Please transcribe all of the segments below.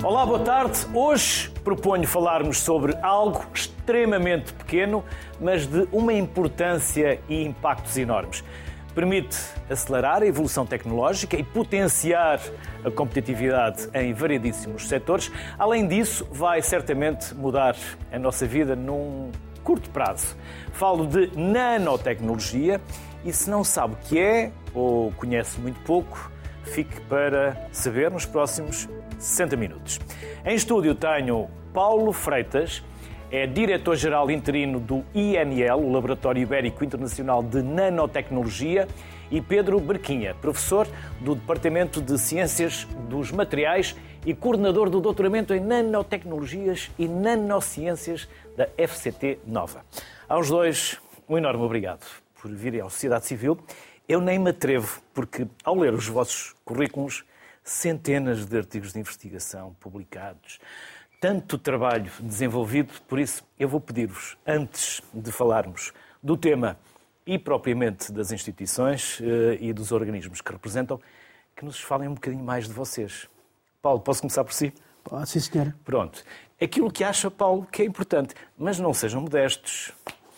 Olá, boa tarde. Hoje proponho falarmos sobre algo extremamente pequeno, mas de uma importância e impactos enormes. Permite acelerar a evolução tecnológica e potenciar a competitividade em variedíssimos setores. Além disso, vai certamente mudar a nossa vida num curto prazo. Falo de nanotecnologia e se não sabe o que é ou conhece muito pouco, fique para saber nos próximos 60 minutos. Em estúdio tenho Paulo Freitas, é diretor-geral interino do INL, o Laboratório Ibérico Internacional de Nanotecnologia, e Pedro Berquinha, professor do Departamento de Ciências dos Materiais e coordenador do doutoramento em Nanotecnologias e Nanociências da FCT Nova. Aos dois, um enorme obrigado por virem à sociedade civil. Eu nem me atrevo, porque ao ler os vossos currículos, centenas de artigos de investigação publicados, tanto trabalho desenvolvido, por isso eu vou pedir-vos, antes de falarmos do tema e propriamente das instituições e dos organismos que representam, que nos falem um bocadinho mais de vocês. Paulo, posso começar por si? Pode, sim, senhora. Pronto. Aquilo que acha, Paulo, que é importante, mas não sejam modestos.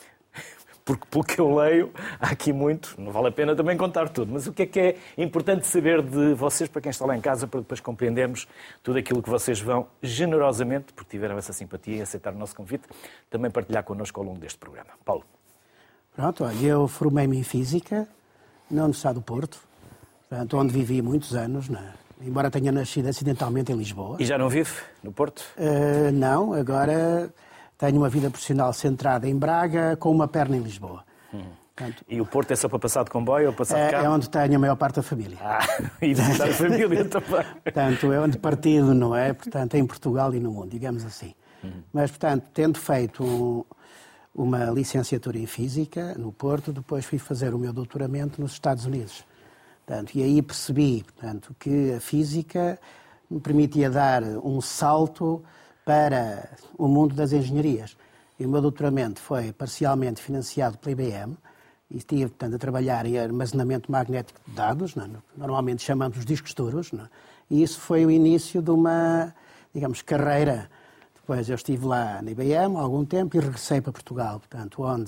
Porque, pelo que eu leio, há aqui muito, não vale a pena também contar tudo, mas o que é importante saber de vocês, para quem está lá em casa, para depois compreendermos tudo aquilo que vocês vão generosamente, porque tiveram essa simpatia em aceitar o nosso convite, também partilhar connosco ao longo deste programa. Paulo. Pronto, olha, eu formei-me em Física na Universidade do Porto, portanto, onde vivi muitos anos, embora tenha nascido acidentalmente em Lisboa. E já não vive no Porto? Não, agora tenho uma vida profissional centrada em Braga, com uma perna em Lisboa. Portanto, e o Porto é só para passar de comboio ou passar de carro? É onde tenho a maior parte da família. E visitar a família também. Portanto, é onde partido, não é? Portanto, em Portugal e no mundo, digamos assim. Mas, portanto, tendo feito uma licenciatura em Física no Porto, depois fui fazer o meu doutoramento nos Estados Unidos. Portanto, e aí percebi, portanto, que a Física me permitia dar um salto para o mundo das engenharias. E o meu doutoramento foi parcialmente financiado pela IBM e estive, portanto, a trabalhar em armazenamento magnético de dados, normalmente chamamos os discos duros, e isso foi o início de uma, digamos, carreira. Depois eu estive lá na IBM há algum tempo e regressei para Portugal, portanto, onde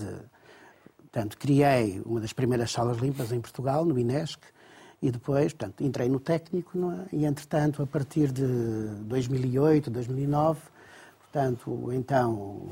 criei uma das primeiras salas limpas em Portugal, no INESC, e depois, portanto, entrei no técnico, e, entretanto, a partir de 2008, 2009, portanto, então,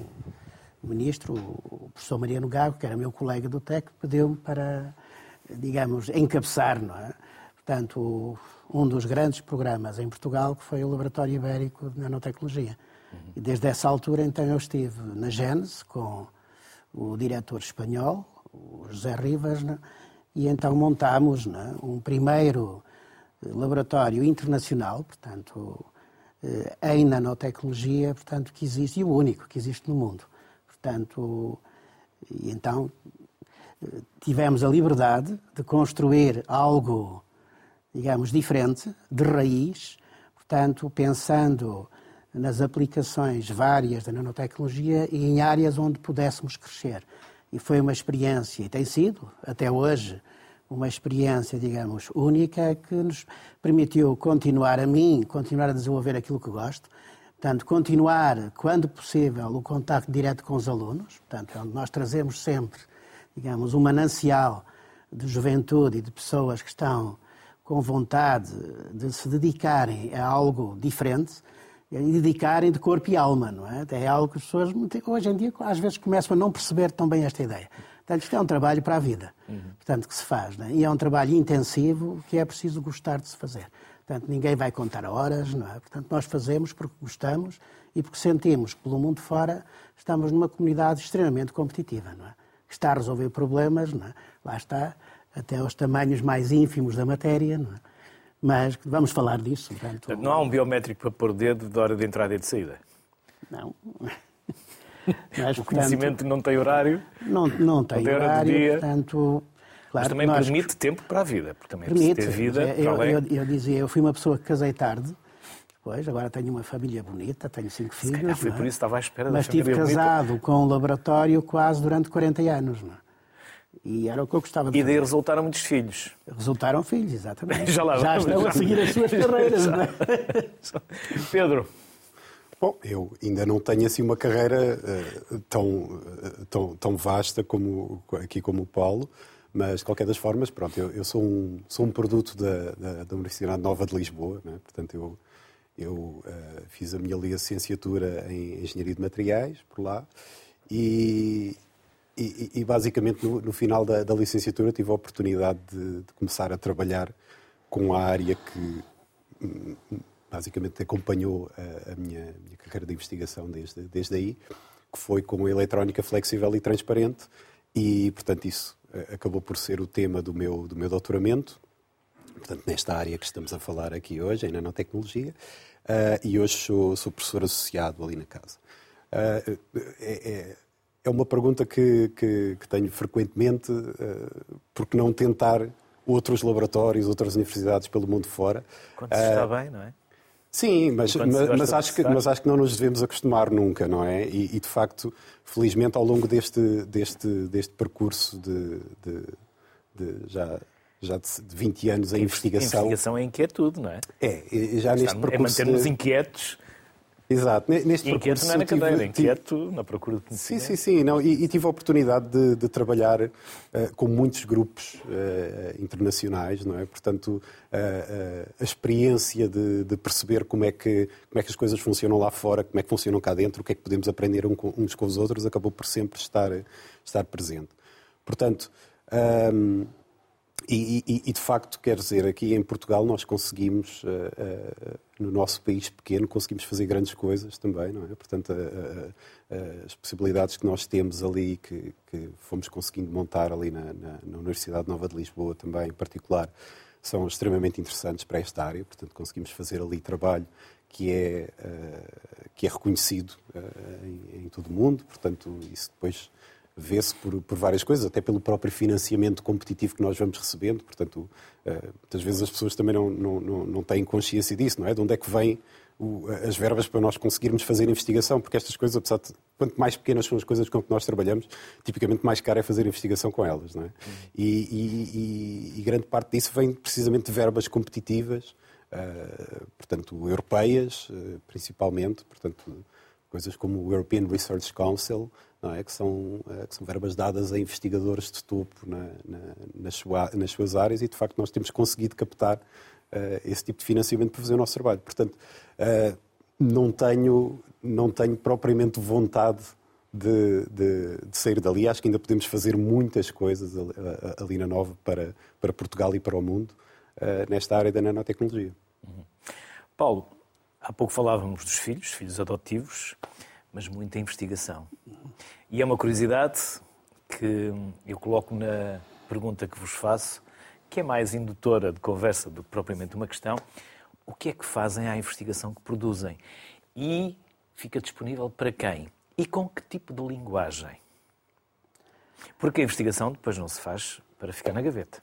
o ministro, o professor Mariano Gago, que era meu colega do técnico, pediu-me para, digamos, encabeçar, portanto, um dos grandes programas em Portugal, que foi o Laboratório Ibérico de Nanotecnologia. E desde essa altura, então, eu estive na Gênese com o diretor espanhol, o José Rivas, e então montámos um primeiro laboratório internacional, portanto, em nanotecnologia, portanto, que existe, e o único que existe no mundo. Portanto, e então tivemos a liberdade de construir algo, digamos, diferente, de raiz, portanto, pensando nas aplicações várias da nanotecnologia e em áreas onde pudéssemos crescer. E foi uma experiência, e tem sido, até hoje, uma experiência, digamos, única, que nos permitiu continuar a desenvolver aquilo que gosto, portanto, continuar, quando possível, o contacto direto com os alunos, portanto, onde nós trazemos sempre, digamos, um manancial de juventude e de pessoas que estão com vontade de se dedicarem a algo diferente, e dedicarem de corpo e alma, não é? É algo que as pessoas, hoje em dia, às vezes começam a não perceber tão bem esta ideia. Portanto, isto é um trabalho para a vida, portanto, que se faz, não é? E é um trabalho intensivo que é preciso gostar de se fazer. Portanto, ninguém vai contar horas, não é? Portanto, nós fazemos porque gostamos e porque sentimos que, pelo mundo fora, estamos numa comunidade extremamente competitiva, não é? Que está a resolver problemas, não é? Lá está, até aos tamanhos mais ínfimos da matéria, não é? Mas vamos falar disso. Portanto, não há um biométrico para pôr o dedo de hora de entrada e de saída? Não. Mas, o conhecimento não tem horário? Não tem horário, dia. Portanto, claro, mas também permite tempo para a vida, porque também permite ter vida para além. Eu dizia, eu fui uma pessoa que casei tarde, depois, agora tenho uma família bonita, tenho 5 filhos. Se calhar foi por isso que estava à espera mas da família bonita. Mas estive casado com um laboratório quase durante 40 anos, não é? E era o que eu gostava de E fazer. daí resultaram muitos filhos. Resultaram filhos, exatamente. Já estão a seguir as suas carreiras. Não é? Pedro. Bom, eu ainda não tenho assim uma carreira tão vasta como o Paulo, mas de qualquer das formas, pronto, eu sou um produto da Universidade Nova de Lisboa, né? Portanto, eu fiz a minha licenciatura em Engenharia de Materiais por lá e basicamente no final da licenciatura tive a oportunidade de começar a trabalhar com a área que basicamente acompanhou a minha carreira de investigação desde aí, que foi com a eletrónica flexível e transparente e, portanto, isso acabou por ser o tema do meu doutoramento, portanto, nesta área que estamos a falar aqui hoje, em nanotecnologia, e hoje sou professor associado ali na casa. É uma pergunta que tenho frequentemente, porque não tentar outros laboratórios, outras universidades pelo mundo fora. Quando se está bem, não é? Sim, mas acho que não nos devemos acostumar nunca, não é? E de facto, felizmente, ao longo deste percurso de 20 anos em investigação... A investigação é inquietude, não é? Já neste percurso... É manter-nos inquietos. Exato. Neste inquieto não é na cadeira, inquieto na procura de conhecimento. Sim. Não, e tive a oportunidade de trabalhar com muitos grupos internacionais, não é? Portanto, a experiência de perceber como é que as coisas funcionam lá fora, como é que funcionam cá dentro, o que é que podemos aprender uns com os outros, acabou por sempre estar presente. Portanto... E de facto, quer dizer, aqui em Portugal nós conseguimos, no nosso país pequeno, conseguimos fazer grandes coisas também, não é? Portanto, as possibilidades que nós temos ali, que fomos conseguindo montar ali na Universidade Nova de Lisboa também, em particular, são extremamente interessantes para esta área. Portanto, conseguimos fazer ali trabalho que é reconhecido em todo o mundo. Portanto, isso depois... vê-se por várias coisas, até pelo próprio financiamento competitivo que nós vamos recebendo. Portanto, muitas vezes as pessoas também não têm consciência disso, não é? De onde é que vêm as verbas para nós conseguirmos fazer investigação, porque estas coisas, apesar de quanto mais pequenas são as coisas com que nós trabalhamos, tipicamente mais caro é fazer investigação com elas, não é? E grande parte disso vem precisamente de verbas competitivas, portanto, europeias, principalmente, portanto, coisas como o European Research Council, não é? Que são verbas dadas a investigadores de topo nas suas áreas e, de facto, nós temos conseguido captar esse tipo de financiamento para fazer o nosso trabalho. Portanto, não tenho propriamente vontade de sair dali. Acho que ainda podemos fazer muitas coisas ali na Nova para Portugal e para o mundo nesta área da nanotecnologia. Paulo, há pouco falávamos dos filhos adotivos, mas muita investigação. E é uma curiosidade que eu coloco na pergunta que vos faço, que é mais indutora de conversa do que propriamente uma questão. O que é que fazem à investigação que produzem? E fica disponível para quem? E com que tipo de linguagem? Porque a investigação depois não se faz para ficar na gaveta.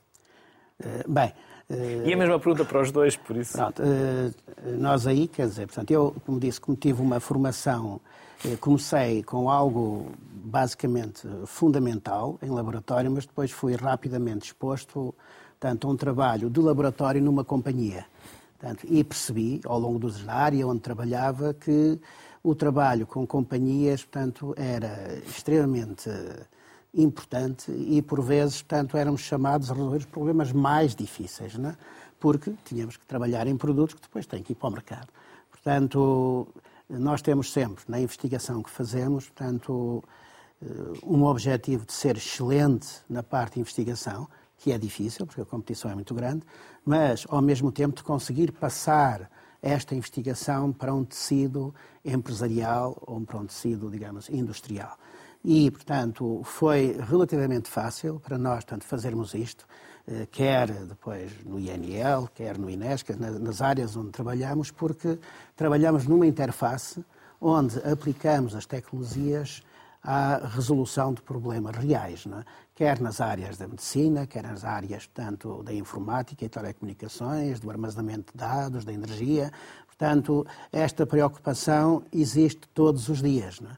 E a mesma pergunta para os dois, por isso. Pronto, nós aí, quer dizer, portanto, eu, como disse, como tive uma formação, comecei com algo basicamente fundamental em laboratório, mas depois fui rapidamente exposto, portanto, a um trabalho de laboratório numa companhia. Portanto, e percebi, ao longo da área onde trabalhava, que o trabalho com companhias, portanto, era extremamente importante e, por vezes, portanto, éramos chamados a resolver os problemas mais difíceis, não é? Porque tínhamos que trabalhar em produtos que depois têm que ir para o mercado. Portanto, nós temos sempre, na investigação que fazemos, portanto, um objetivo de ser excelente na parte de investigação, que é difícil, porque a competição é muito grande, mas, ao mesmo tempo, de conseguir passar esta investigação para um tecido empresarial ou para um tecido, digamos, industrial. E, portanto, foi relativamente fácil para nós, portanto, fazermos isto, quer depois no INL, quer no INESC, nas áreas onde trabalhamos, porque trabalhamos numa interface onde aplicamos as tecnologias à resolução de problemas reais, não é? Quer nas áreas da medicina, quer nas áreas, portanto, da informática e telecomunicações, do armazenamento de dados, da energia. Portanto, esta preocupação existe todos os dias, não é?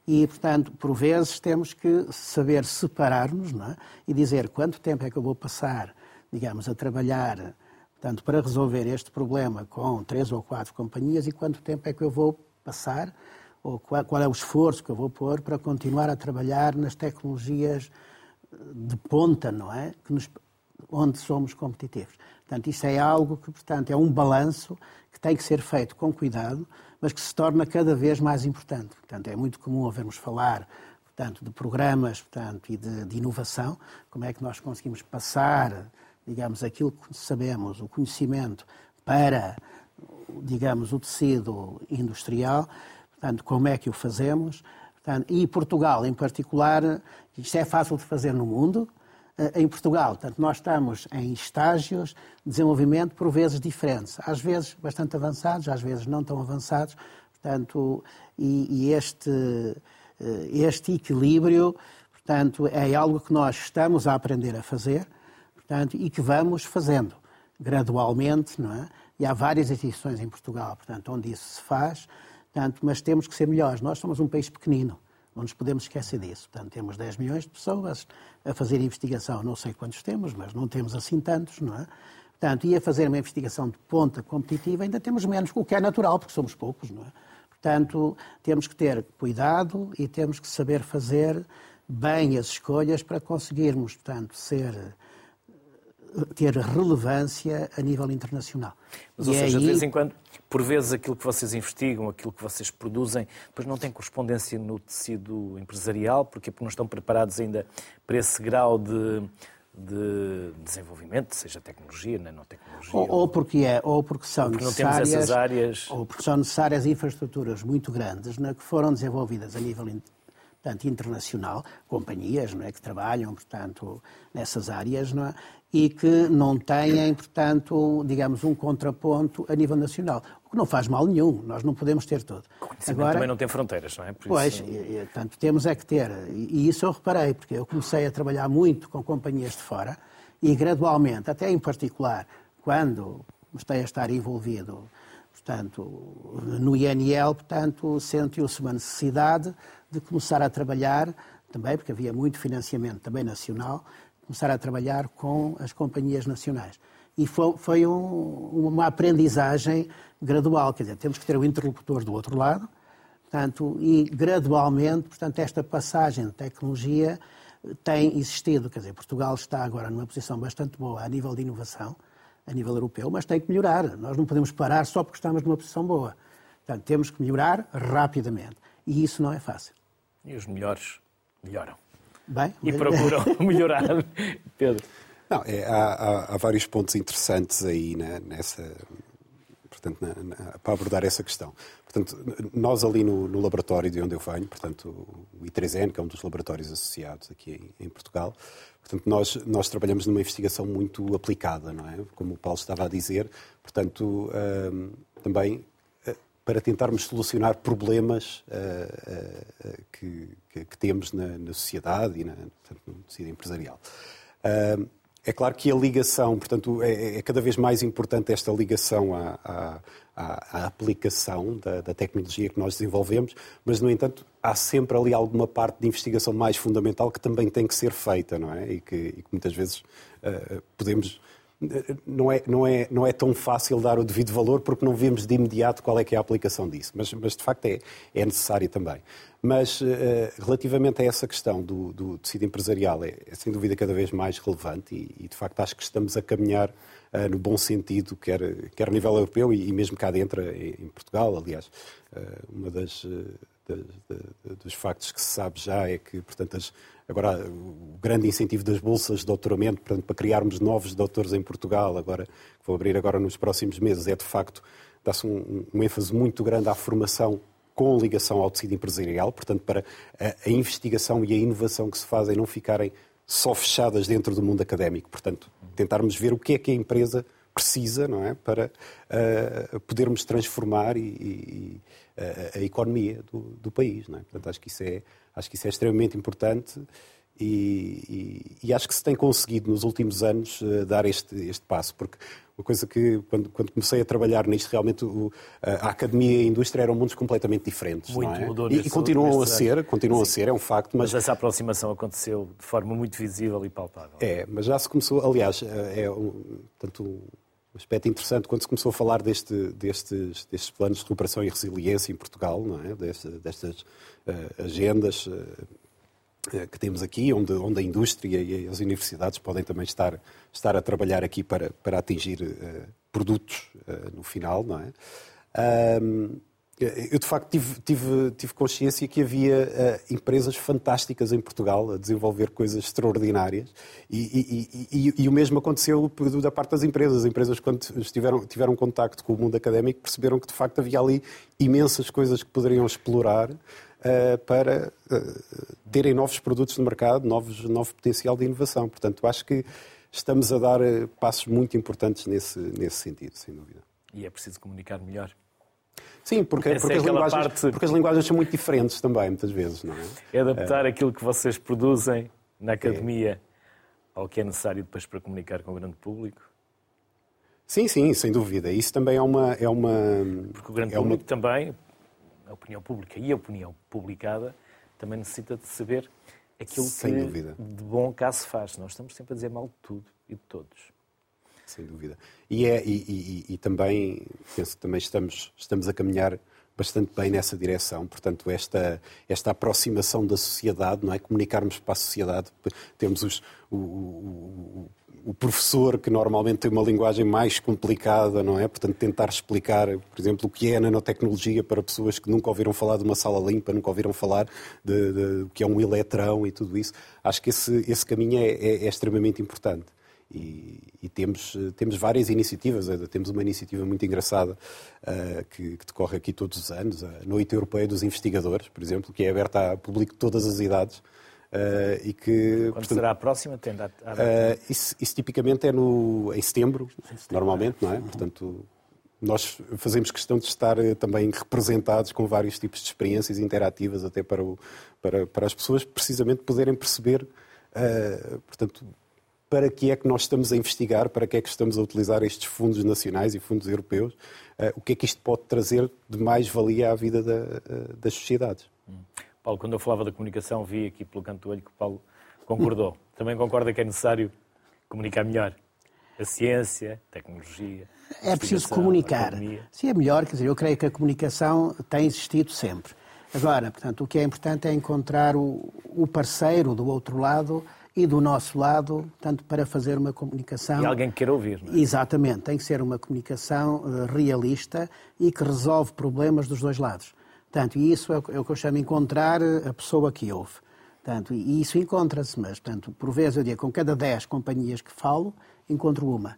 E, portanto, por vezes temos que saber separar-nos, não é? E dizer quanto tempo é que eu vou passar, digamos, a trabalhar, portanto, para resolver este problema com 3 ou 4 companhias e quanto tempo é que eu vou passar, ou qual é o esforço que eu vou pôr para continuar a trabalhar nas tecnologias de ponta, não é? Onde somos competitivos. Portanto, isso é algo que, portanto, é um balanço que tem que ser feito com cuidado, mas que se torna cada vez mais importante. Portanto, é muito comum ouvirmos falar, portanto, de programas, portanto, e de inovação, como é que nós conseguimos passar, digamos, aquilo que sabemos, o conhecimento, para, digamos, o tecido industrial, portanto, como é que o fazemos. Portanto, e Portugal, em particular, isto é fácil de fazer no mundo. Em Portugal, portanto, nós estamos em estágios de desenvolvimento por vezes diferentes, às vezes bastante avançados, às vezes não tão avançados, portanto, e este equilíbrio, portanto, é algo que nós estamos a aprender a fazer, portanto, e que vamos fazendo gradualmente, não é? E há várias instituições em Portugal, portanto, onde isso se faz, portanto, mas temos que ser melhores. Nós somos um país pequenino. Não nos podemos esquecer disso. Portanto, temos 10 milhões de pessoas a fazer investigação. Não sei quantos temos, mas não temos assim tantos, não é? Portanto, e a fazer uma investigação de ponta competitiva ainda temos menos, o que é natural, porque somos poucos, não é? Portanto, temos que ter cuidado e temos que saber fazer bem as escolhas para conseguirmos, portanto, ter relevância a nível internacional. Mas, ou seja, de vez em quando, por vezes aquilo que vocês investigam, aquilo que vocês produzem, depois não tem correspondência no tecido empresarial, porque não estão preparados ainda para esse grau de desenvolvimento, seja tecnologia, nanotecnologia. Ou porque são porque necessárias, não temos essas áreas. Ou porque são necessárias infraestruturas muito grandes, que foram desenvolvidas a nível internacional, companhias, não é, que trabalham, portanto, nessas áreas, não é, e que não têm, portanto, digamos, um contraponto a nível nacional. O que não faz mal nenhum, nós não podemos ter tudo. O conhecimento também não tem fronteiras, não é? Portanto, temos é que ter, e isso eu reparei, porque eu comecei a trabalhar muito com companhias de fora, e gradualmente, até em particular, quando comecei a estar envolvido, portanto, no INL, portanto, sentiu-se uma necessidade de começar a trabalhar, também porque havia muito financiamento também nacional, começar a trabalhar com as companhias nacionais. E foi uma aprendizagem gradual, quer dizer, temos que ter o interlocutor do outro lado, portanto, e gradualmente, portanto, esta passagem de tecnologia tem existido, quer dizer, Portugal está agora numa posição bastante boa a nível de inovação, a nível europeu, mas tem que melhorar. Nós não podemos parar só porque estamos numa posição boa. Portanto, temos que melhorar rapidamente. E isso não é fácil. E os melhores melhoram. Bem, e procuram melhorar. Pedro? Não, há vários pontos interessantes aí portanto, para abordar essa questão. Portanto, nós ali no laboratório de onde eu venho, portanto, o I3N, que é um dos laboratórios associados aqui em Portugal, portanto, nós trabalhamos numa investigação muito aplicada, não é? Como o Paulo estava a dizer, portanto, também para tentarmos solucionar problemas que temos na sociedade e portanto, no tecido empresarial. É claro que a ligação, portanto, é cada vez mais importante esta ligação à aplicação da tecnologia que nós desenvolvemos, mas, no entanto, há sempre ali alguma parte de investigação mais fundamental que também tem que ser feita, não é? E que muitas vezes podemos... Não é tão fácil dar o devido valor porque não vemos de imediato qual é que é a aplicação disso, mas de facto é necessário também. Mas relativamente a essa questão do tecido empresarial é sem dúvida cada vez mais relevante e de facto acho que estamos a caminhar no bom sentido, quer a nível europeu e mesmo cá dentro em Portugal. Aliás, uma dos factos que se sabe já é que, portanto, agora o grande incentivo das bolsas de doutoramento, portanto, para criarmos novos doutores em Portugal, agora, que vou abrir agora nos próximos meses, é de facto, dá-se um ênfase muito grande à formação com ligação ao tecido empresarial, portanto, para a investigação e a inovação que se fazem não ficarem só fechadas dentro do mundo académico. Portanto, tentarmos ver o que é que a empresa precisa, não é, para podermos transformar a economia do país, não é? Portanto, acho que isso é extremamente importante E acho que se tem conseguido nos últimos anos dar este passo, porque uma coisa que, quando comecei a trabalhar nisto, realmente a academia e a indústria eram mundos completamente diferentes. Muito não é? mudou E continuam a ser, é um facto. Mas essa aproximação aconteceu de forma muito visível e palpável. Mas já se começou, aliás, portanto, um aspecto interessante quando se começou a falar destes planos de recuperação e resiliência em Portugal, não é? Destas agendas que temos aqui, onde a indústria e as universidades podem também estar a trabalhar aqui para atingir produtos no final, não é? Eu, de facto, tive consciência que havia empresas fantásticas em Portugal a desenvolver coisas extraordinárias e o mesmo aconteceu da parte das empresas. As empresas, quando tiveram contacto com o mundo académico, perceberam que, de facto, havia ali imensas coisas que poderiam explorar para terem novos produtos no mercado, novo potencial de inovação. Portanto, acho que estamos a dar passos muito importantes nesse sentido, sem dúvida. E é preciso comunicar melhor. Sim, porque as linguagens são muito diferentes também, muitas vezes, não é? É adaptar aquilo que vocês produzem na academia ao que é necessário depois para comunicar com o grande público? Sim, sem dúvida. Isso também é uma... Porque o grande público também, a opinião pública e a opinião publicada, também necessita de saber aquilo que de bom cá se faz. Nós estamos sempre a dizer mal de tudo e de todos. Sem dúvida. E também, penso que também estamos a caminhar bastante bem nessa direção. Portanto, esta aproximação da sociedade, não é? Comunicarmos para a sociedade. Temos o professor que normalmente tem uma linguagem mais complicada, não é? Portanto, tentar explicar, por exemplo, o que é a nanotecnologia para pessoas que nunca ouviram falar de uma sala limpa, nunca ouviram falar de que é um eletrão e tudo isso. Acho que esse caminho é extremamente importante. E temos várias iniciativas. Temos uma iniciativa muito engraçada que decorre aqui todos os anos, a Noite Europeia dos Investigadores, por exemplo, que é aberta a público de todas as idades. Quando será a próxima? Isso tipicamente é em setembro, normalmente, não é? Portanto, nós fazemos questão de estar também representados com vários tipos de experiências interativas, até para as pessoas precisamente poderem perceber, portanto, para que é que nós estamos a investigar, para que é que estamos a utilizar estes fundos nacionais e fundos europeus, o que é que isto pode trazer de mais-valia à vida das sociedades. Paulo, quando eu falava da comunicação, vi aqui pelo canto do olho que o Paulo concordou. Também concorda que é necessário comunicar melhor a ciência, a tecnologia, é preciso comunicar. Se é melhor, quer dizer, eu creio que a comunicação tem existido sempre. Agora, portanto, o que é importante é encontrar o parceiro do outro lado e do nosso lado, tanto para fazer uma comunicação... E alguém que queira ouvir, não é? Exatamente, tem que ser uma comunicação realista e que resolve problemas dos dois lados. Portanto, e isso é o que eu chamo de encontrar a pessoa que ouve. Portanto, e isso encontra-se, mas, portanto, por vezes eu digo, com cada 10 companhias que falo, encontro uma.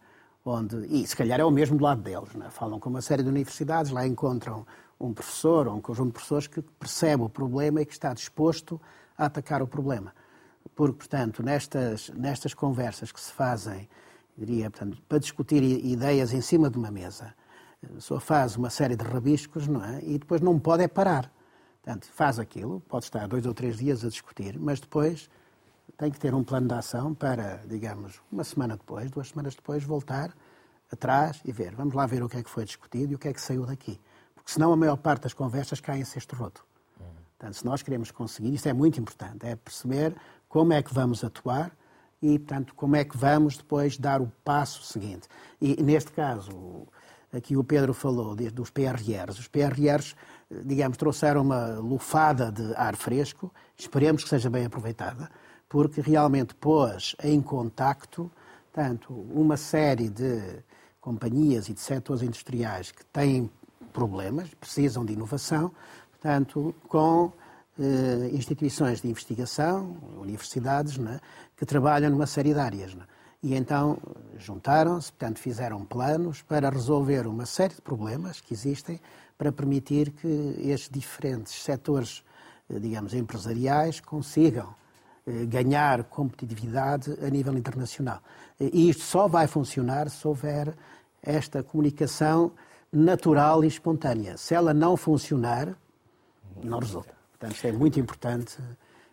E se calhar é o mesmo do lado deles, não é? Falam com uma série de universidades, lá encontram um professor ou um conjunto de professores que percebe o problema e que está disposto a atacar o problema. Porque, portanto, nestas conversas que se fazem, diria, portanto, para discutir ideias em cima de uma mesa, a pessoa faz uma série de rabiscos, não é? E depois não pode parar. Portanto, faz aquilo, pode estar 2 ou 3 dias a discutir, mas depois tem que ter um plano de ação para, digamos, uma semana depois, 2 semanas depois, voltar atrás e ver. Vamos lá ver o que é que foi discutido e o que é que saiu daqui. Porque senão a maior parte das conversas cai em cesto roto. Portanto, se nós queremos conseguir, isso é muito importante, é perceber como é que vamos atuar e, portanto, como é que vamos depois dar o passo seguinte. E, neste caso, aqui o Pedro falou dos PRRs. Os PRRs, digamos, trouxeram uma lufada de ar fresco, esperemos que seja bem aproveitada, porque realmente pôs em contacto, tanto uma série de companhias e de setores industriais que têm problemas, precisam de inovação, portanto, com instituições de investigação, universidades, não é? Que trabalham numa série de áreas. Não é? E então juntaram-se, portanto fizeram planos para resolver uma série de problemas que existem para permitir que estes diferentes setores, digamos, empresariais consigam ganhar competitividade a nível internacional. E isto só vai funcionar se houver esta comunicação natural e espontânea. Se ela não funcionar, não resulta. Portanto, isto é muito importante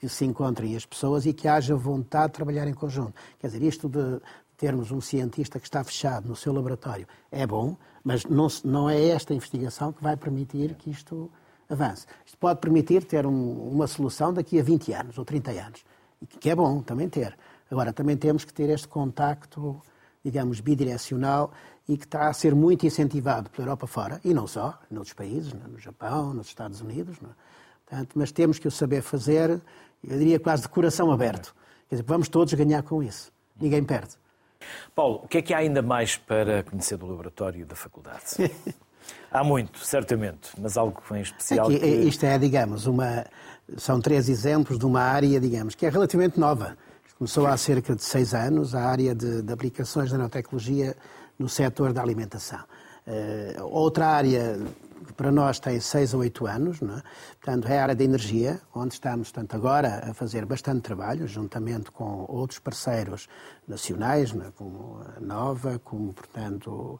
que se encontrem as pessoas e que haja vontade de trabalhar em conjunto. Quer dizer, isto de termos um cientista que está fechado no seu laboratório é bom, mas não é esta investigação que vai permitir que isto avance. Isto pode permitir ter uma solução daqui a 20 anos ou 30 anos, que é bom também ter. Agora, também temos que ter este contacto, digamos, bidirecional e que está a ser muito incentivado pela Europa fora, e não só, noutros países, no Japão, nos Estados Unidos, não é? Portanto, mas temos que o saber fazer, eu diria quase de coração aberto. Quer dizer, vamos todos ganhar com isso. Ninguém perde. Paulo, o que é que há ainda mais para conhecer do laboratório da faculdade? Há muito, certamente, mas algo em especial aqui, isto é, digamos, são 3 exemplos de uma área, digamos, que é relativamente nova. Começou há cerca de 6 anos, a área de aplicações da nanotecnologia no setor da alimentação. Outra área que para nós tem 6 ou 8 anos, não é? Portanto, é a área da energia, onde estamos, portanto, agora a fazer bastante trabalho, juntamente com outros parceiros nacionais, não é? Como a Nova, como, portanto,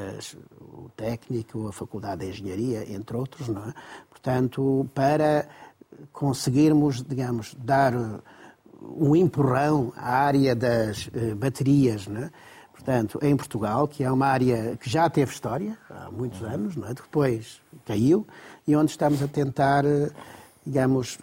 o técnico, a Faculdade de Engenharia, entre outros, não é? Portanto, para conseguirmos, digamos, dar um empurrão à área das baterias, não é? Portanto, em Portugal, que é uma área que já teve história, há muitos anos, não é? Depois caiu, e onde estamos a tentar, digamos,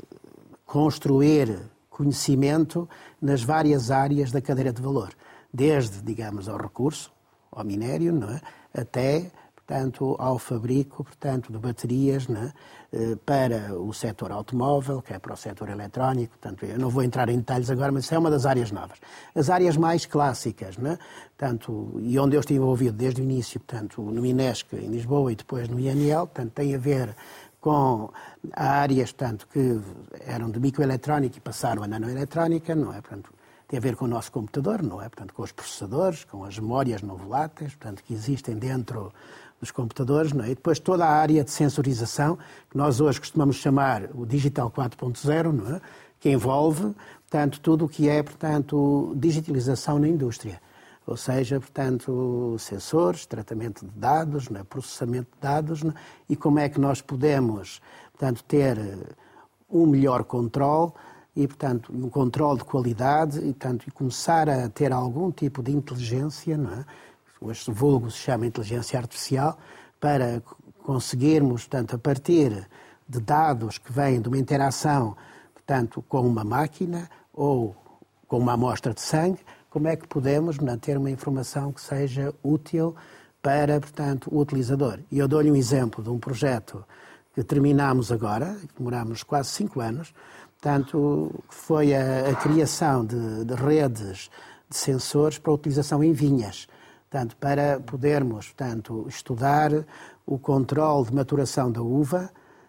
construir conhecimento nas várias áreas da cadeia de valor, desde, digamos, ao recurso, ao minério, não é? Até, portanto, ao fabrico, portanto, de baterias, não é? Para o setor automóvel, que é para o setor eletrónico. Portanto, eu não vou entrar em detalhes agora, mas isso é uma das áreas novas. As áreas mais clássicas, não é? Portanto, e onde eu estive envolvido desde o início, portanto, no Minesc, em Lisboa, e depois no INL, portanto, tem a ver com áreas, portanto, que eram de microeletrónica e passaram a nanoeletrónica, não é? Portanto, tem a ver com o nosso computador, não é? Portanto, com os processadores, com as memórias não voláteis, portanto, que existem dentro dos computadores, não é? E depois toda a área de sensorização, que nós hoje costumamos chamar o Digital 4.0, não é? Que envolve, portanto, tudo o que é, portanto, digitalização na indústria. Ou seja, portanto, sensores, tratamento de dados, não é? Processamento de dados, não é? E como é que nós podemos, portanto, ter um melhor controle e, portanto, um controle de qualidade e, portanto, e começar a ter algum tipo de inteligência, não é? Este vulgo se chama inteligência artificial, para conseguirmos, portanto, a partir de dados que vêm de uma interação, portanto, com uma máquina ou com uma amostra de sangue, como é que podemos ter uma informação que seja útil para, portanto, o utilizador. E eu dou-lhe um exemplo de um projeto que terminámos agora, que demorámos quase 5 anos, portanto, que foi a criação de redes de sensores para utilização em vinhas. Portanto, para podermos, portanto, estudar o controle de maturação da uva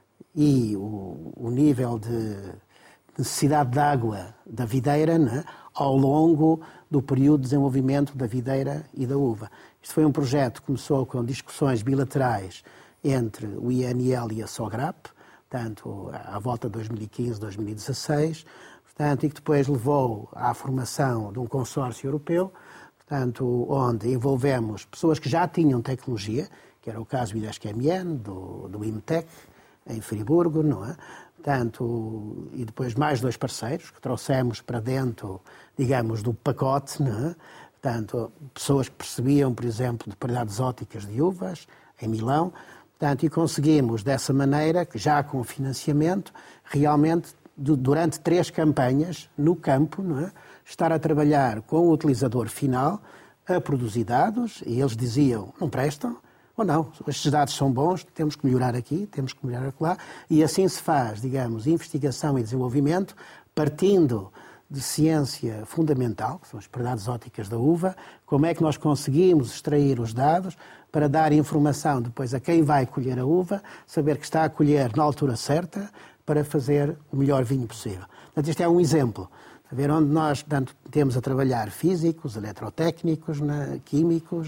e o nível de necessidade de água da videira, né, ao longo do período de desenvolvimento da videira e da uva. Isto foi um projeto que começou com discussões bilaterais entre o INL e a SOGRAP, portanto, à volta de 2015, 2016, portanto, e que depois levou à formação de um consórcio europeu, portanto, onde envolvemos pessoas que já tinham tecnologia, que era o caso do IDESC-MN, do IMTEC, em Friburgo, não é? Portanto, e depois mais 2 parceiros que trouxemos para dentro, digamos, do pacote, não é? Portanto, pessoas que percebiam, por exemplo, de propriedades ópticas de uvas, em Milão, portanto, e conseguimos dessa maneira, já com financiamento, realmente, durante 3 campanhas no campo, não é? Estar a trabalhar com o utilizador final, a produzir dados, e eles diziam, não prestam, ou não, estes dados são bons, temos que melhorar aqui, temos que melhorar acolá, e assim se faz, digamos, investigação e desenvolvimento, partindo de ciência fundamental, que são as propriedades ópticas da uva, como é que nós conseguimos extrair os dados para dar informação depois a quem vai colher a uva, saber que está a colher na altura certa, para fazer o melhor vinho possível. Portanto, este é um exemplo. A ver onde nós, portanto, temos a trabalhar físicos, eletrotécnicos, químicos,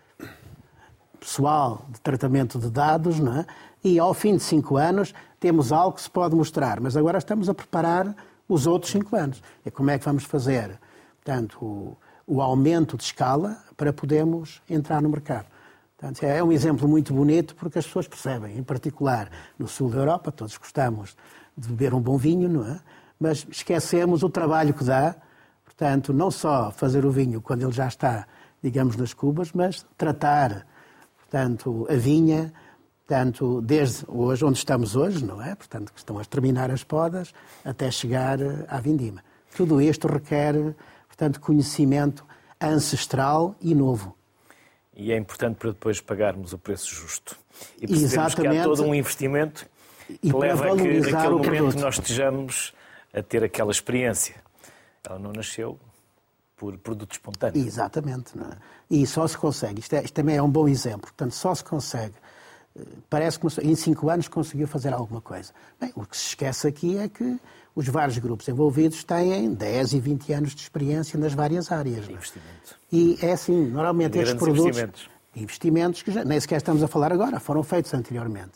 pessoal de tratamento de dados, não é? E ao fim de 5 anos temos algo que se pode mostrar, mas agora estamos a preparar os outros 5 anos. É como é que vamos fazer, portanto, o aumento de escala para podermos entrar no mercado. Portanto, é um exemplo muito bonito porque as pessoas percebem, em particular no sul da Europa, todos gostamos de beber um bom vinho, não é? mas esquecemos o trabalho que dá, portanto, não só fazer o vinho quando ele já está, digamos, nas cubas, mas tratar, portanto, a vinha, portanto, desde hoje, onde estamos hoje, não é? Portanto, que estão a terminar as podas, até chegar à vindima. Tudo isto requer, portanto, conhecimento ancestral e novo. E é importante para depois pagarmos o preço justo. E percebemos que há todo um investimento que leva a que, naquele momento, nós estejamos a ter aquela experiência. Ela não nasceu por produto espontâneo. Exatamente. Não é? E só se consegue, isto também é um bom exemplo, portanto, só se consegue. Parece que em 5 anos conseguiu fazer alguma coisa. Bem, o que se esquece aqui é que os vários grupos envolvidos têm 10 e 20 anos de experiência nas várias áreas. De investimento. E é assim, normalmente estes produtos... Investimentos que nem sequer estamos a falar agora, foram feitos anteriormente.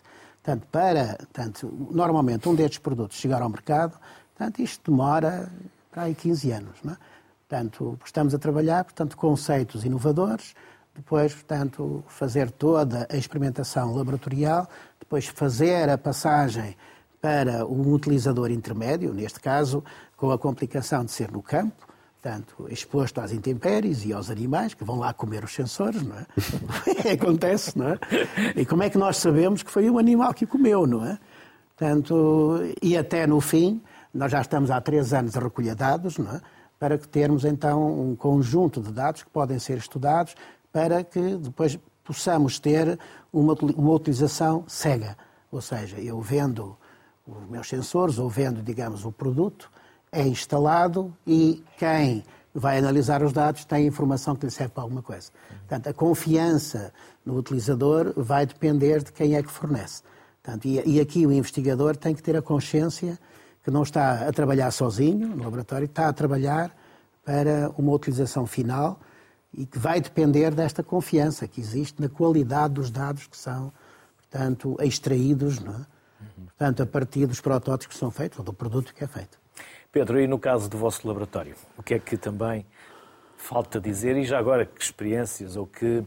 Portanto, normalmente um destes produtos chegar ao mercado, portanto, isto demora para aí 15 anos. Não é? Portanto, estamos a trabalhar, portanto, conceitos inovadores, depois, portanto, fazer toda a experimentação laboratorial, depois fazer a passagem para um utilizador intermédio, neste caso, com a complicação de ser no campo, portanto, exposto às intempéries e aos animais, que vão lá comer os sensores, não é? Acontece, não é? E como é que nós sabemos que foi o animal que o comeu, não é? Portanto, e até no fim, nós já estamos há 3 anos a recolher dados, não é? Para que termos, então, um conjunto de dados que podem ser estudados para que depois possamos ter uma utilização cega. Ou seja, eu vendo os meus sensores ou vendo, digamos, o produto, é instalado e quem vai analisar os dados tem informação que lhe serve para alguma coisa. Portanto, a confiança no utilizador vai depender de quem é que fornece. Portanto, e aqui o investigador tem que ter a consciência que não está a trabalhar sozinho no laboratório, está a trabalhar para uma utilização final e que vai depender desta confiança que existe na qualidade dos dados que são, portanto, extraídos, não é? Portanto, a partir dos protótipos que são feitos, ou do produto que é feito. Pedro, e no caso do vosso laboratório, o que é que também falta dizer? E já agora, que experiências ou que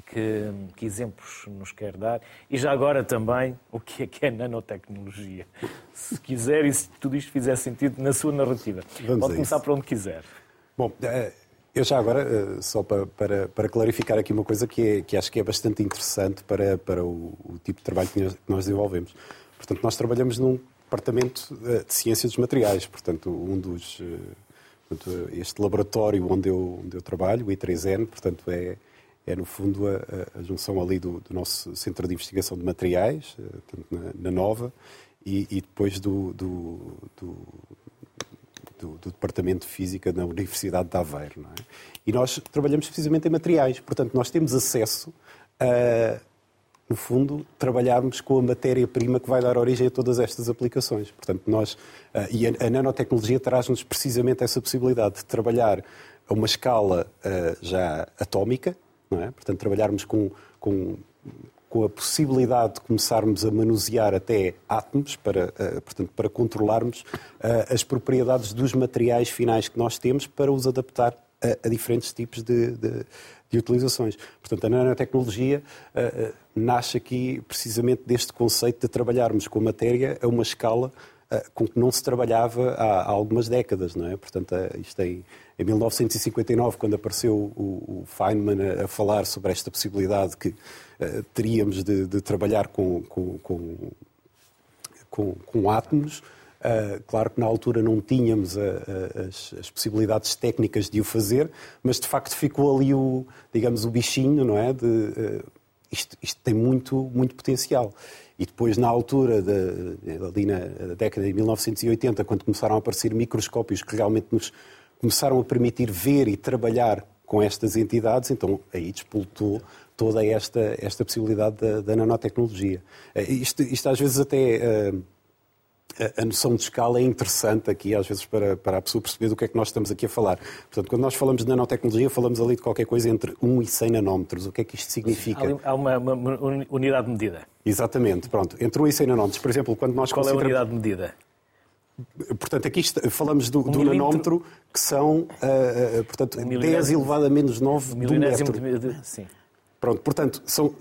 exemplos nos quer dar? E já agora também, o que é nanotecnologia? Se quiser e se tudo isto fizer sentido na sua narrativa. Pode começar por onde quiser. Bom, eu já agora, só para clarificar aqui uma coisa que acho que é bastante interessante para o tipo de trabalho que nós desenvolvemos. Portanto, nós trabalhamos num departamento de ciência dos materiais. Portanto, este laboratório onde eu trabalho, o I3N, portanto, é no fundo a junção ali do nosso Centro de Investigação de Materiais, na Nova, e depois do Departamento de Física na Universidade de Aveiro. Não é? E nós trabalhamos precisamente em materiais. Portanto, nós temos acesso a, no fundo, trabalharmos com a matéria-prima que vai dar origem a todas estas aplicações. Portanto, e a nanotecnologia traz-nos precisamente essa possibilidade de trabalhar a uma escala já atómica, não é? Portanto, trabalharmos com a possibilidade de começarmos a manusear até átomos para controlarmos as propriedades dos materiais finais que nós temos para os adaptar a diferentes tipos de utilizações. Portanto, a nanotecnologia nasce aqui precisamente deste conceito de trabalharmos com a matéria a uma escala com que não se trabalhava há algumas décadas, não é? Portanto, isto em 1959, quando apareceu o Feynman a falar sobre esta possibilidade que teríamos de trabalhar com átomos, claro que na altura não tínhamos as possibilidades técnicas de o fazer, mas de facto ficou ali o bichinho, não é? Isto tem muito, muito potencial. E depois, na altura, ali na década de 1980, quando começaram a aparecer microscópios que realmente nos começaram a permitir ver e trabalhar com estas entidades, então aí despoltou toda esta possibilidade da nanotecnologia. Isto às vezes até... A noção de escala é interessante aqui, às vezes, para a pessoa perceber do que é que nós estamos aqui a falar. Portanto, quando nós falamos de nanotecnologia, falamos ali de qualquer coisa entre 1 e 100 nanómetros. O que é que isto significa? Há uma unidade de medida. Exatamente. Pronto. Entre 1 e 100 nanómetros. Por exemplo, quando nós Qual é a unidade de medida? Portanto, aqui falamos do nanómetro, que são, portanto, 10 elevado a menos 9 do metro. Sim. Pronto. Portanto, são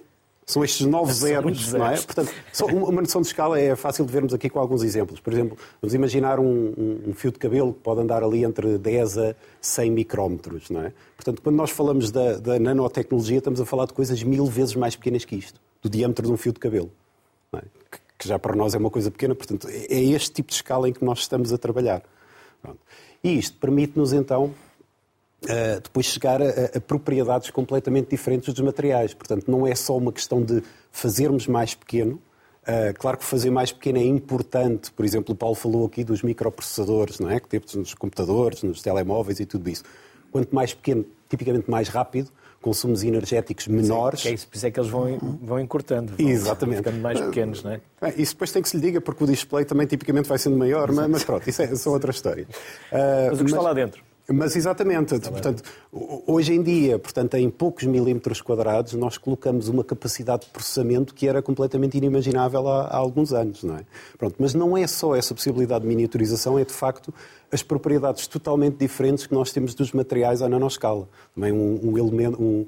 São estes 9 zeros, não é? Portanto, uma noção de escala é fácil de vermos aqui com alguns exemplos. Por exemplo, vamos imaginar um fio de cabelo que pode andar ali entre 10 a 100 micrómetros, não é? Portanto, quando nós falamos da nanotecnologia, estamos a falar de coisas 1000 vezes mais pequenas que isto, do diâmetro de um fio de cabelo, não é? Que já para nós é uma coisa pequena. Portanto, é este tipo de escala em que nós estamos a trabalhar. Pronto. E isto permite-nos, então, depois chegar a propriedades completamente diferentes dos materiais. Portanto, não é só uma questão de fazermos mais pequeno. Claro que fazer mais pequeno é importante. Por exemplo, o Paulo falou aqui dos microprocessadores, não é? Que temos nos computadores, nos telemóveis e tudo isso. Quanto mais pequeno, tipicamente mais rápido, consumos energéticos menores. Sim, por isso é que eles vão encurtando, Exatamente. Ficando mais pequenos, não é? Isso depois tem que se lhe diga, porque o display também tipicamente vai sendo maior, mas pronto, isso são outra história. Mas o que está lá dentro? Mas exatamente, portanto, hoje em dia, portanto, em poucos milímetros quadrados, nós colocamos uma capacidade de processamento que era completamente inimaginável há alguns anos, não é? Pronto, mas não é só essa possibilidade de miniaturização, é de facto as propriedades totalmente diferentes que nós temos dos materiais à nanoscala. Também um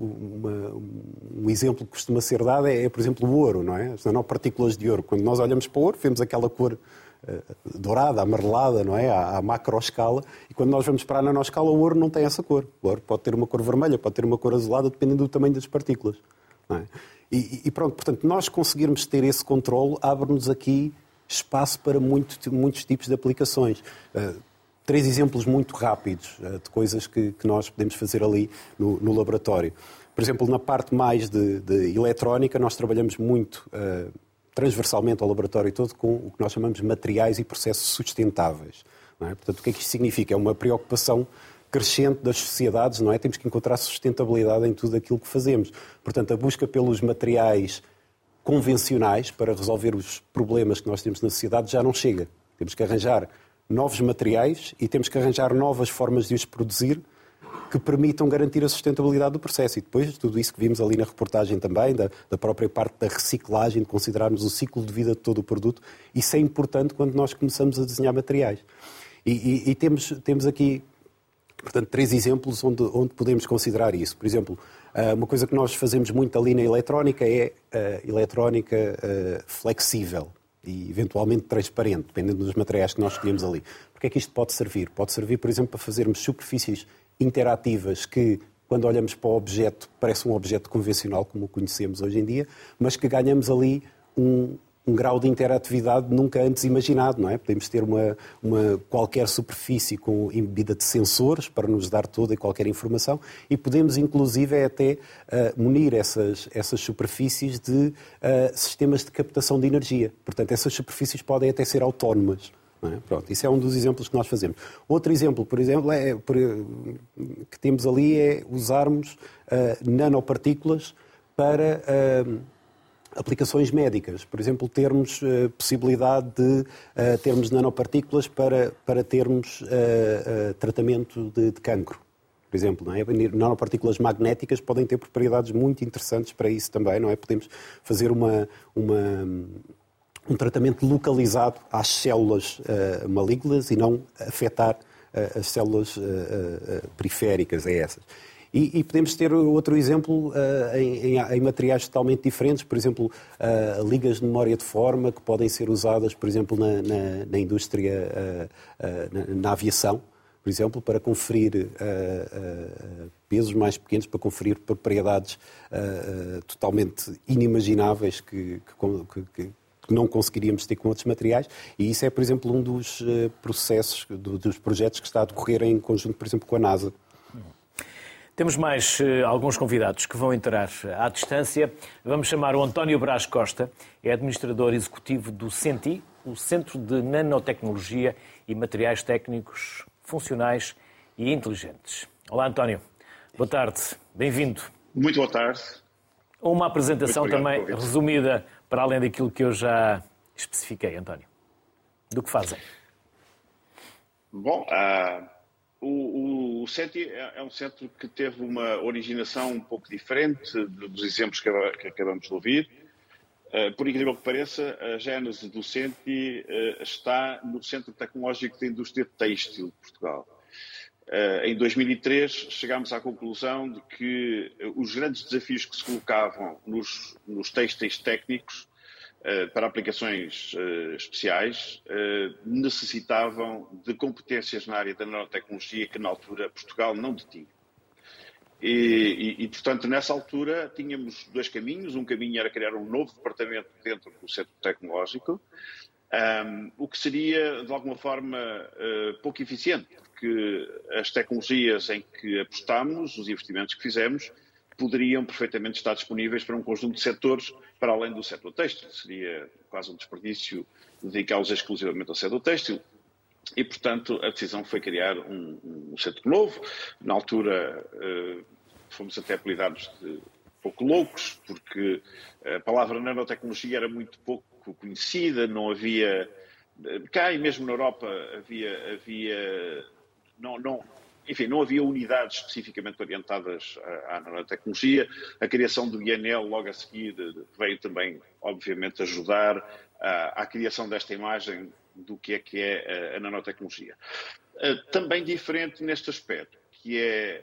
exemplo que costuma ser dado é, por exemplo, o ouro, não é? As nanopartículas de ouro. Quando nós olhamos para o ouro, vemos aquela cor dourada, amarelada, não é? À macroescala. E quando nós vamos para a nanoscala, o ouro não tem essa cor. O ouro pode ter uma cor vermelha, pode ter uma cor azulada, dependendo do tamanho das partículas. Não é? E pronto, portanto, nós conseguirmos ter esse controle abre-nos aqui espaço para muitos tipos de aplicações. 3 exemplos muito rápidos de coisas que nós podemos fazer ali no laboratório. Por exemplo, na parte mais de eletrónica, nós trabalhamos muito transversalmente ao laboratório todo com o que nós chamamos de materiais e processos sustentáveis. Não é? Portanto, o que é que isto significa? É uma preocupação crescente das sociedades, não é? Temos que encontrar sustentabilidade em tudo aquilo que fazemos. Portanto, a busca pelos materiais convencionais para resolver os problemas que nós temos na sociedade já não chega. Temos que arranjar novos materiais e temos que arranjar novas formas de os produzir que permitam garantir a sustentabilidade do processo. E depois, tudo isso que vimos ali na reportagem também, da própria parte da reciclagem, de considerarmos o ciclo de vida de todo o produto, isso é importante quando nós começamos a desenhar materiais. E temos aqui, portanto, 3 exemplos onde podemos considerar isso. Por exemplo, uma coisa que nós fazemos muito ali na eletrónica é a eletrónica flexível e eventualmente transparente, dependendo dos materiais que nós escolhemos ali. Porque é que isto pode servir? Pode servir, por exemplo, para fazermos superfícies interativas que, quando olhamos para o objeto, parece um objeto convencional, como o conhecemos hoje em dia, mas que ganhamos ali um grau de interatividade nunca antes imaginado, não é? Podemos ter qualquer superfície embebida de sensores para nos dar toda e qualquer informação e podemos, inclusive, até munir essas superfícies de sistemas de captação de energia. Portanto, essas superfícies podem até ser autónomas. Não é? Pronto, isso é um dos exemplos que nós fazemos. Outro exemplo, por exemplo, que temos ali é usarmos nanopartículas para aplicações médicas. Por exemplo, termos possibilidade de termos nanopartículas para termos tratamento de cancro. Por exemplo, não é? Nanopartículas magnéticas podem ter propriedades muito interessantes para isso também, não é? Podemos fazer um tratamento localizado às células malignas e não afetar as células periféricas a essas. E podemos ter outro exemplo em materiais totalmente diferentes, por exemplo, ligas de memória de forma que podem ser usadas, por exemplo, na indústria, na aviação, por exemplo, para conferir pesos mais pequenos, para conferir propriedades totalmente inimagináveis que não conseguiríamos ter com outros materiais. E isso é, por exemplo, um dos processos, dos projetos que está a decorrer em conjunto, por exemplo, com a NASA. Temos mais alguns convidados que vão entrar à distância. Vamos chamar o António Brás Costa, é administrador executivo do CENTI, o Centro de Nanotecnologia e Materiais Técnicos Funcionais e Inteligentes. Olá, António. Boa tarde. Bem-vindo. Muito boa tarde. Uma apresentação também resumida, para além daquilo que eu já especifiquei, António. Do que fazem? Bom, o CENTI é um centro que teve uma originação um pouco diferente dos exemplos que acabamos de ouvir. Por incrível que pareça, a gênese do CENTI está no Centro Tecnológico da Indústria Têxtil de Portugal. Em 2003 chegámos à conclusão de que os grandes desafios que se colocavam nos têxteis técnicos para aplicações especiais necessitavam de competências na área da nanotecnologia que na altura Portugal não detinha. Portanto, nessa altura tínhamos dois caminhos. Um caminho era criar um novo departamento dentro do centro tecnológico, o que seria, de alguma forma, pouco eficiente, porque as tecnologias em que apostámos, os investimentos que fizemos, poderiam perfeitamente estar disponíveis para um conjunto de setores, para além do setor têxtil. Seria quase um desperdício dedicá-los exclusivamente ao setor têxtil. E, portanto, a decisão foi criar um centro novo. Na altura, fomos até apelidados de pouco loucos, porque a palavra nanotecnologia era muito pouco conhecida, não havia... Cá e mesmo na Europa não havia unidades especificamente orientadas à nanotecnologia. A criação do INL logo a seguir veio também, obviamente, ajudar à criação desta imagem do que é a nanotecnologia. Também diferente neste aspecto, que é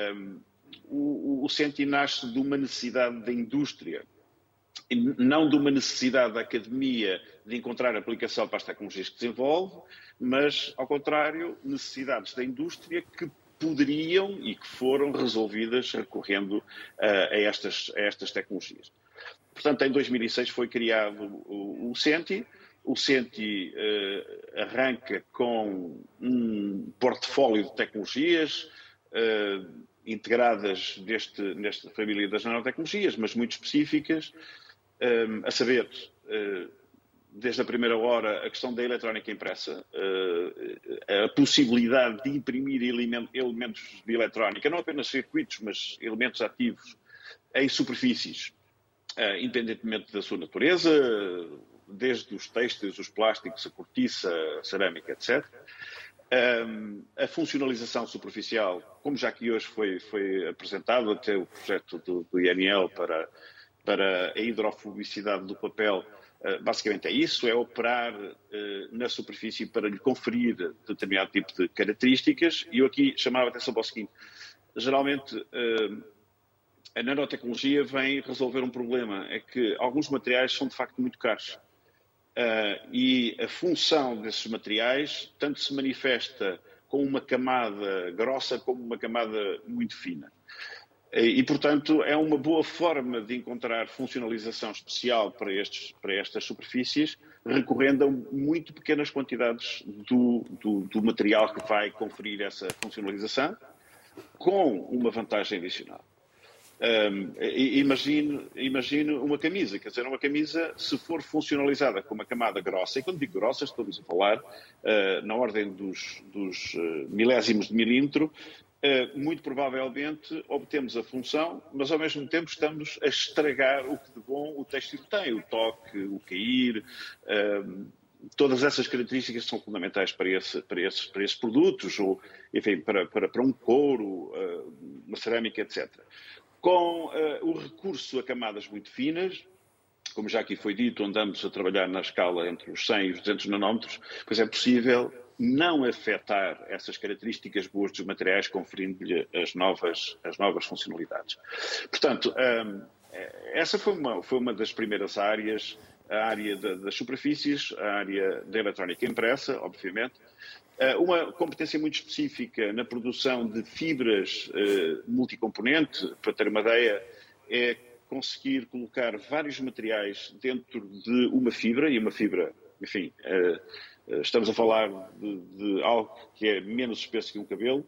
o CENTI nasce de uma necessidade da indústria, não de uma necessidade da academia de encontrar aplicação para as tecnologias que desenvolve, mas, ao contrário, necessidades da indústria que poderiam e que foram resolvidas recorrendo a estas tecnologias. Portanto, em 2006 foi criado o CENTI. O CENTI arranca com um portfólio de tecnologias integradas nesta família das nanotecnologias, mas muito específicas, a saber, desde a primeira hora, a questão da eletrónica impressa, a possibilidade de imprimir elementos de eletrónica, não apenas circuitos, mas elementos ativos em superfícies, independentemente da sua natureza, desde os têxteis, os plásticos, a cortiça, a cerâmica, etc. A funcionalização superficial, como já aqui hoje foi apresentado, até o projeto do INL para a hidrofobicidade do papel, basicamente é isso, é operar na superfície para lhe conferir determinado tipo de características. E eu aqui chamava a atenção para o seguinte: geralmente a nanotecnologia vem resolver um problema, é que alguns materiais são de facto muito caros. E a função desses materiais tanto se manifesta com uma camada grossa como uma camada muito fina. E, portanto, é uma boa forma de encontrar funcionalização especial para estas superfícies, recorrendo a muito pequenas quantidades do material que vai conferir essa funcionalização, com uma vantagem adicional. Imagino uma camisa, quer dizer, uma camisa, se for funcionalizada com uma camada grossa, e quando digo grossa estamos a falar na ordem dos milésimos de milímetro, muito provavelmente obtemos a função, mas ao mesmo tempo estamos a estragar o que de bom o têxtil tem, o toque, o cair, todas essas características são fundamentais para esses produtos, ou, enfim, para um couro, uma cerâmica, etc. Com o recurso a camadas muito finas, como já aqui foi dito, andamos a trabalhar na escala entre os 100 e os 200 nanómetros, pois é possível não afetar essas características boas dos materiais, conferindo-lhe as novas funcionalidades. Portanto, essa foi uma das primeiras áreas, a área das superfícies, a área da eletrónica impressa, obviamente. Uma competência muito específica na produção de fibras multicomponente, para ter uma ideia, é conseguir colocar vários materiais dentro de uma fibra, e uma fibra, enfim, estamos a falar de algo que é menos espesso que um cabelo,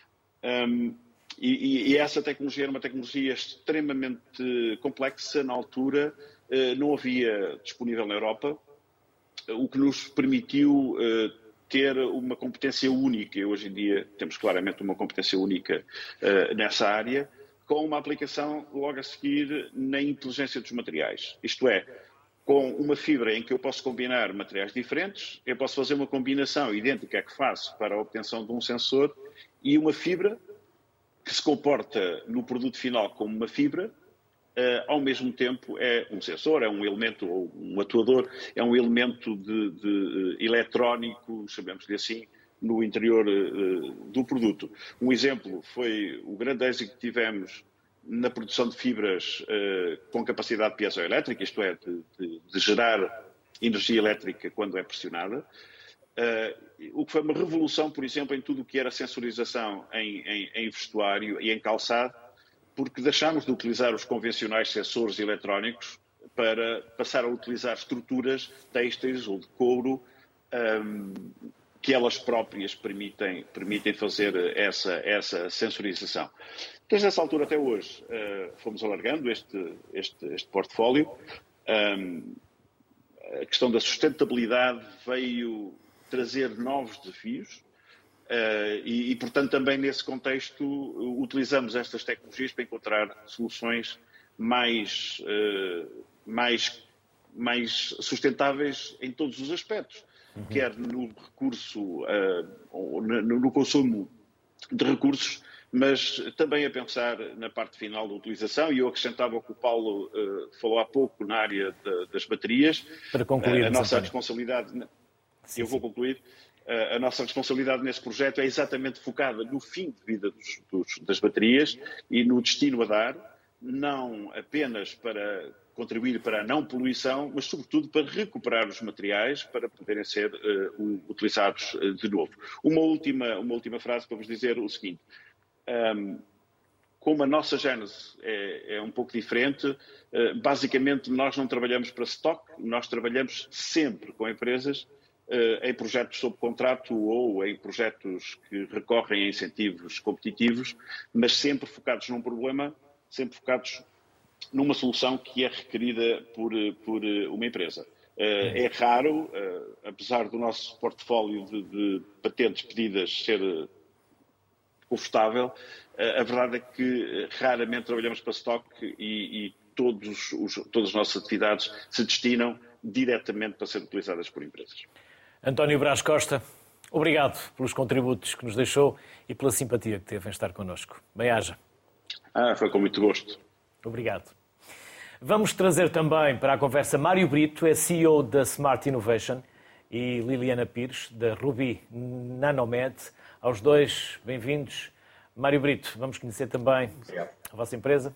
e essa tecnologia era uma tecnologia extremamente complexa na altura, não havia disponível na Europa, o que nos permitiu ter uma competência única. E hoje em dia temos claramente uma competência única nessa área, com uma aplicação logo a seguir na inteligência dos materiais. Isto é, com uma fibra em que eu posso combinar materiais diferentes, eu posso fazer uma combinação idêntica à que faço para a obtenção de um sensor, e uma fibra que se comporta no produto final como uma fibra, ao mesmo tempo é um sensor, é um elemento, ou um atuador, é um elemento de eletrónico, chamemos-lhe assim, no interior do produto. Um exemplo foi o grande êxito que tivemos na produção de fibras com capacidade piezoelétrica, isto é, de gerar energia elétrica quando é pressionada. O que foi uma revolução, por exemplo, em tudo o que era sensorização em vestuário e em calçado, porque deixámos de utilizar os convencionais sensores eletrónicos para passar a utilizar estruturas têxteis ou de couro que elas próprias permitem fazer essa sensorização. Desde essa altura até hoje fomos alargando este portfólio. A questão da sustentabilidade veio trazer novos desafios e, portanto, também nesse contexto utilizamos estas tecnologias para encontrar soluções mais sustentáveis em todos os aspectos, quer no recurso, no consumo de recursos, mas também a pensar na parte final da utilização, e eu acrescentava o que o Paulo falou há pouco na área das baterias. Para concluir, a nossa responsabilidade, eu vou concluir, a nossa responsabilidade nesse projeto é exatamente focada no fim de vida das baterias e no destino a dar, não apenas para contribuir para a não poluição, mas sobretudo para recuperar os materiais para poderem ser utilizados de novo. Uma última frase para vos dizer o seguinte. Como a nossa gênese é um pouco diferente, basicamente nós não trabalhamos para stock, nós trabalhamos sempre com empresas em projetos sob contrato ou em projetos que recorrem a incentivos competitivos, mas sempre focados num problema, sempre focados numa solução que é requerida por uma empresa. É raro, apesar do nosso portfólio de patentes pedidas ser confortável, a verdade é que raramente trabalhamos para stock e todas as nossas atividades se destinam diretamente para ser utilizadas por empresas. António Brás Costa, obrigado pelos contributos que nos deixou e pela simpatia que teve em estar connosco. Bem-aja. Foi com muito gosto. Obrigado. Vamos trazer também para a conversa Mário Brito, é CEO da Smart Innovation, e Liliana Pires, da Ruby Nanomed. Aos dois, bem-vindos. Mário Brito, vamos conhecer também a vossa empresa.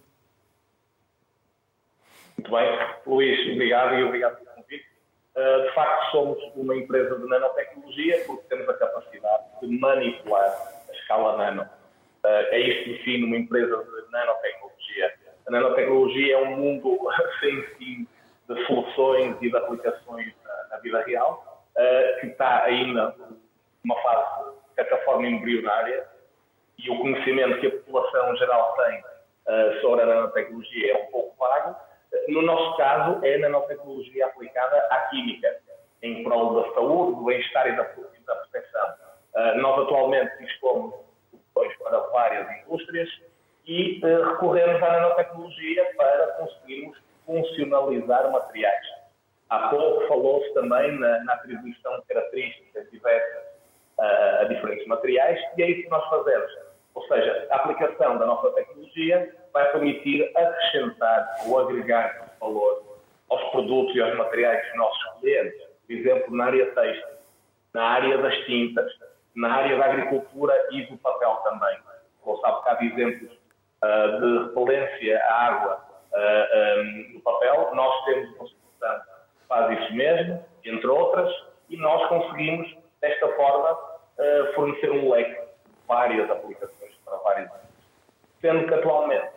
Muito bem. Luís, obrigado e obrigado pelo convite. De facto, somos uma empresa de nanotecnologia porque temos a capacidade de manipular a escala nano. É isto que define uma empresa de nanotecnologia. A nanotecnologia é um mundo sem fim de soluções e de aplicações na vida real, que está ainda numa fase de certa forma embrionária, e o conhecimento que a população geral tem sobre a nanotecnologia é um pouco vago. No nosso caso, é a nanotecnologia aplicada à química, em prol da saúde, do bem-estar e da proteção. Nós atualmente dispomos de soluções para várias indústrias e recorremos à nanotecnologia para conseguirmos funcionalizar materiais. Há pouco falou-se também na atribuição de características diversas a diferentes materiais, e é isso que nós fazemos. Ou seja, a aplicação da nossa tecnologia vai permitir acrescentar ou agregar valor aos produtos e aos materiais dos nossos clientes. Por exemplo, na área têxtil, na área das tintas, na área da agricultura e do papel também. Ou sabe que há exemplos de repelência à água no papel. Nós temos uma solução que faz isso mesmo, entre outras, e nós conseguimos, desta forma, fornecer um leque de várias aplicações para várias áreas. Sendo que atualmente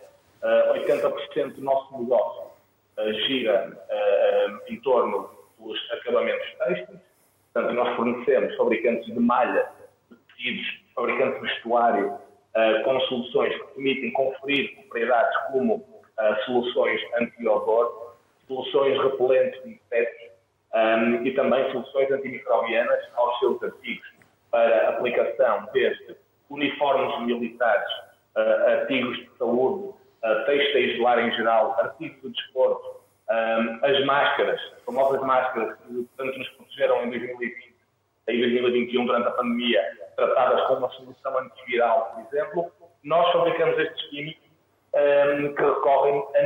80% do nosso negócio gira em torno dos acabamentos têxteis. Portanto, nós fornecemos fabricantes de malha, de tecidos, fabricantes de vestuário, com soluções que permitem conferir propriedades como soluções anti-odor, soluções repelentes de insetos e também soluções antimicrobianas aos seus artigos, para aplicação desde uniformes militares, artigos de saúde, têxteis de lar em geral, artigos de desporto, as máscaras, as famosas máscaras que tanto nos protegeram em 2020 e 2021 durante a pandemia, tratadas com uma solução antiviral, por exemplo. Nós fabricamos estes químicos que recorrem a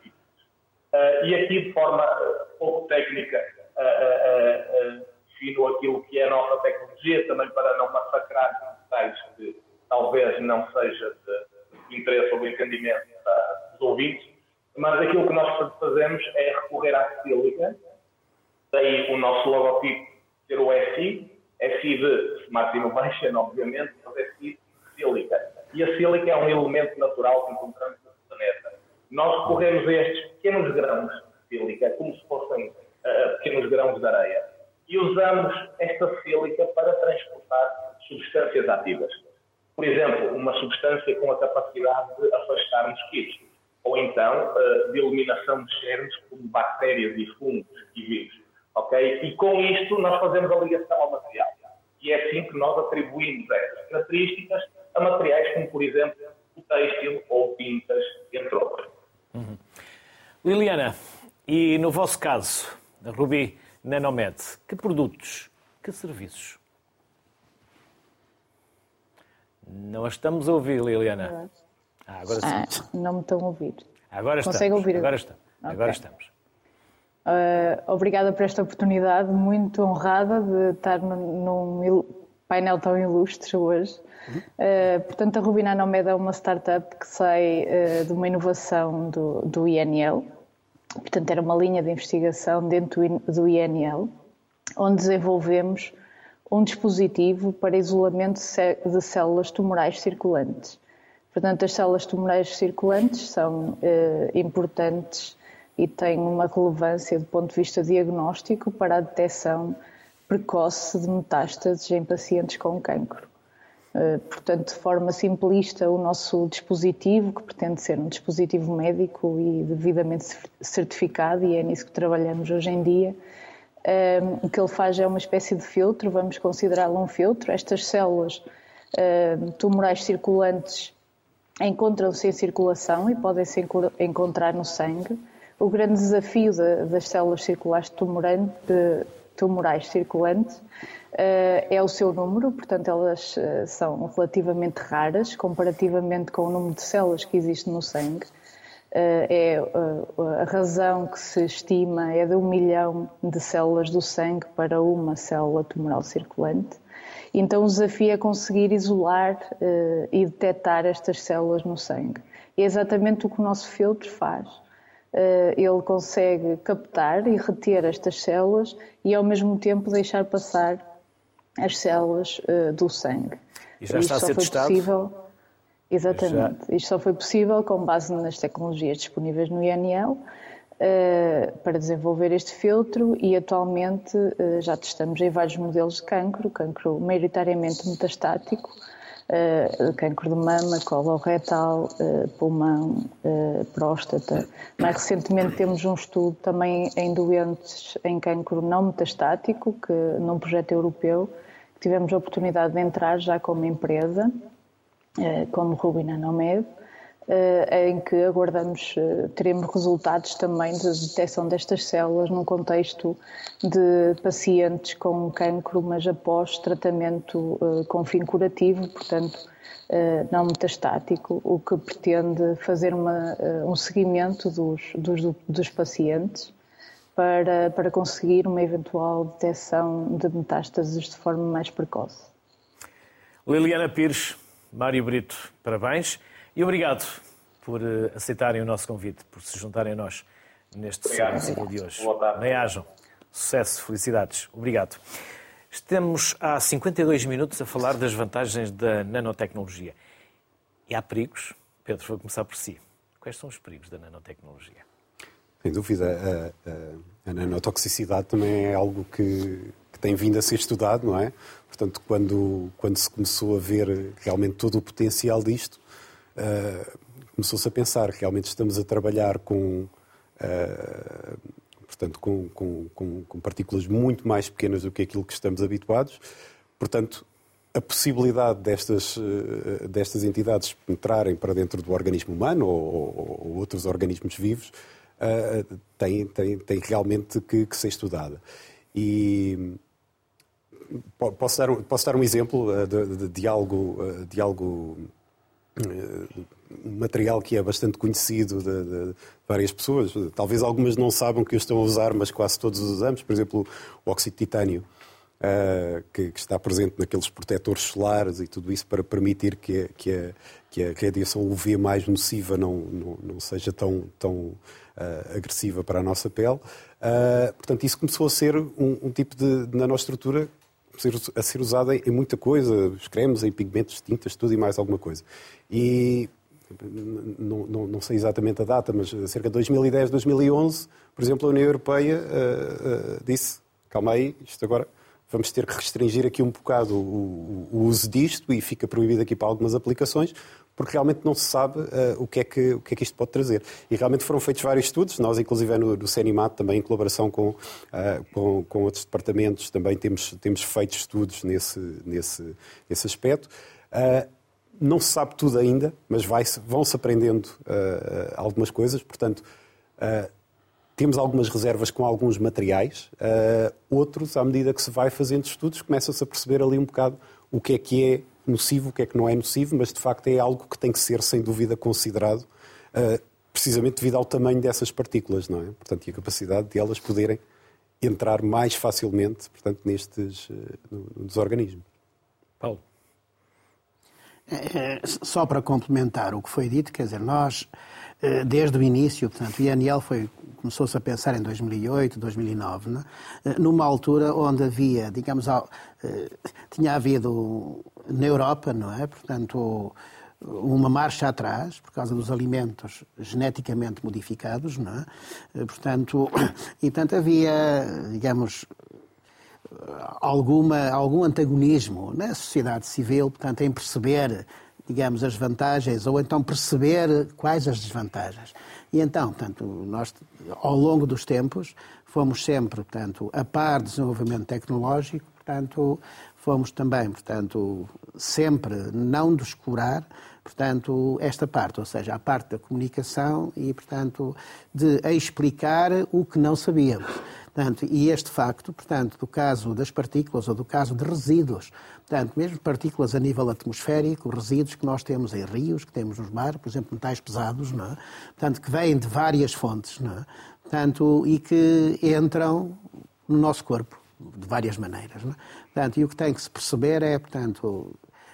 nanopartículas. E aqui, de forma pouco técnica, defino aquilo que é a nossa tecnologia, também para não massacrar detalhes que talvez não seja de interesse ou de entendimento dos ouvintes, mas aquilo que nós fazemos é recorrer à sílica, daí o nosso logotipo ser o SI de Smart Innovation, obviamente, mas SI de sílica. E a sílica é um elemento natural que encontramos no planeta. Nós recorremos a estes pequenos grãos de sílica, como se fossem pequenos grãos de areia, e usamos esta sílica para transportar substâncias ativas. Por exemplo, uma substância com a capacidade de afastar mosquitos, ou então de eliminação de germes como bactérias e fungos e vírus. Okay? E com isto nós fazemos a ligação ao material. E é assim que nós atribuímos estas características a materiais como, por exemplo, o têxtil ou tintas, entre outros. Liliana, e no vosso caso, a Ruby Nanomed, que produtos, que serviços? Não a estamos a ouvir, Liliana. Agora sim. Não me estão a ouvir. Agora estamos. Consegue ouvir? Agora estamos. Okay. Agora estamos. Obrigada por esta oportunidade, muito honrada de estar num painel tão ilustre hoje. Portanto, a Ruby Nanomed é uma startup que sai de uma inovação do INL. Portanto, era uma linha de investigação dentro do INL, onde desenvolvemos um dispositivo para isolamento de células tumorais circulantes. Portanto, as células tumorais circulantes são importantes e têm uma relevância do ponto de vista diagnóstico para a detecção precoce de metástases em pacientes com cancro. Portanto, de forma simplista, o nosso dispositivo, que pretende ser um dispositivo médico e devidamente certificado, e é nisso que trabalhamos hoje em dia, o que ele faz é uma espécie de filtro, vamos considerá-lo um filtro. Estas células tumorais circulantes encontram-se em circulação e podem se encontrar no sangue. O grande desafio das células circulares tumorais circulantes é o seu número, portanto elas são relativamente raras comparativamente com o número de células que existe no sangue. A razão que se estima é de 1 milhão de células do sangue para uma célula tumoral circulante. Então o desafio é conseguir isolar e detectar estas células no sangue. E é exatamente o que o nosso filtro faz. Ele consegue captar e reter estas células e ao mesmo tempo deixar passar as células do sangue. E já está a ser testado? Exatamente. Isto só foi possível com base nas tecnologias disponíveis no INL para desenvolver este filtro e atualmente já testamos em vários modelos de cancro maioritariamente metastático, cancro de mama, coloretal, pulmão, próstata. Mais recentemente temos um estudo também em doentes em cancro não metastático, num projeto europeu, que tivemos a oportunidade de entrar já como empresa, como Ruby Nanomed, em que aguardamos, teremos resultados também de detecção destas células num contexto de pacientes com cancro, mas após tratamento com fim curativo, portanto não metastático, o que pretende fazer um seguimento dos pacientes para conseguir uma eventual detecção de metástases de forma mais precoce. Liliana Pires, Mário Brito, parabéns e obrigado por aceitarem o nosso convite, por se juntarem a nós neste segundo de hoje. Bem-ajam. Sucesso, felicidades. Obrigado. Estamos há 52 minutos a falar das vantagens da nanotecnologia. E há perigos? Pedro, vou começar por si. Quais são os perigos da nanotecnologia? Sem dúvida, a nanotoxicidade também é algo que tem vindo a ser estudado, não é? Portanto, quando se começou a ver realmente todo o potencial disto, começou-se a pensar, realmente estamos a trabalhar com partículas muito mais pequenas do que aquilo que estamos habituados. Portanto, a possibilidade destas entidades penetrarem para dentro do organismo humano ou outros organismos vivos tem realmente que ser estudada. E posso dar um exemplo de algo um material que é bastante conhecido de várias pessoas. Talvez algumas não saibam que o estão a usar, mas quase todos os usamos. Por exemplo, o óxido de titânio. que está presente naqueles protetores solares e tudo isso para permitir que a radiação UV mais nociva não seja tão agressiva para a nossa pele. Portanto, isso começou a ser um tipo de nanoestrutura a ser usada em muita coisa, os cremes, em pigmentos, tintas, tudo e mais alguma coisa. E não sei exatamente a data, mas cerca de 2010, 2011, por exemplo, a União Europeia disse, calma aí, isto agora vamos ter que restringir aqui um bocado o uso disto e fica proibido aqui para algumas aplicações, porque realmente não se sabe o que é que isto pode trazer. E realmente foram feitos vários estudos, nós inclusive no CENIMAT, também em colaboração com outros departamentos, também temos feito estudos nesse aspecto. Não se sabe tudo ainda, mas vão-se aprendendo algumas coisas, portanto, temos algumas reservas com alguns materiais, outros, à medida que se vai fazendo estudos, começa-se a perceber ali um bocado o que é nocivo, o que é que não é nocivo, mas de facto é algo que tem que ser, sem dúvida, considerado, precisamente devido ao tamanho dessas partículas, não é? Portanto, e a capacidade de elas poderem entrar mais facilmente, portanto, nos organismos. Paulo. Só para complementar o que foi dito, quer dizer, nós, desde o início, portanto, o INL começou-se a pensar em 2008, 2009, né? Numa altura onde havia, digamos, tinha havido na Europa, não é? Portanto, uma marcha atrás por causa dos alimentos geneticamente modificados, não é? Portanto, havia, digamos, algum antagonismo na sociedade civil, portanto, em perceber, digamos, as vantagens ou então perceber quais as desvantagens. E então, portanto, nós, ao longo dos tempos, fomos sempre, portanto, a par do desenvolvimento tecnológico, portanto, fomos também, portanto, sempre não descurar, portanto, esta parte, ou seja, a parte da comunicação e, portanto, de explicar o que não sabíamos. Portanto, e este facto, portanto, do caso das partículas ou do caso de resíduos, portanto, mesmo partículas a nível atmosférico, resíduos que nós temos em rios, que temos nos mares, por exemplo, metais pesados, não é? Portanto, que vêm de várias fontes, não é? Portanto, e que entram no nosso corpo de várias maneiras, não é? Portanto, e o que tem que se perceber é, portanto,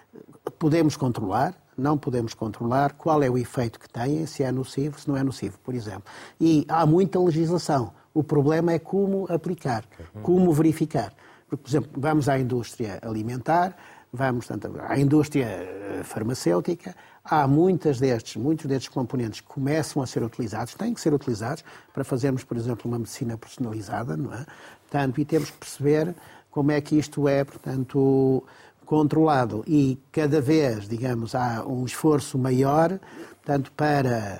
podemos controlar, não podemos controlar qual é o efeito que têm, se é nocivo, se não é nocivo, por exemplo. E há muita legislação. O problema é como aplicar, como verificar. Porque, por exemplo, vamos à indústria alimentar, vamos, portanto, à indústria farmacêutica, há muitos destes componentes que começam a ser utilizados, têm que ser utilizados para fazermos, por exemplo, uma medicina personalizada, não é? Portanto, e temos que perceber como é que isto é, portanto, controlado. E cada vez, digamos, há um esforço maior, portanto, para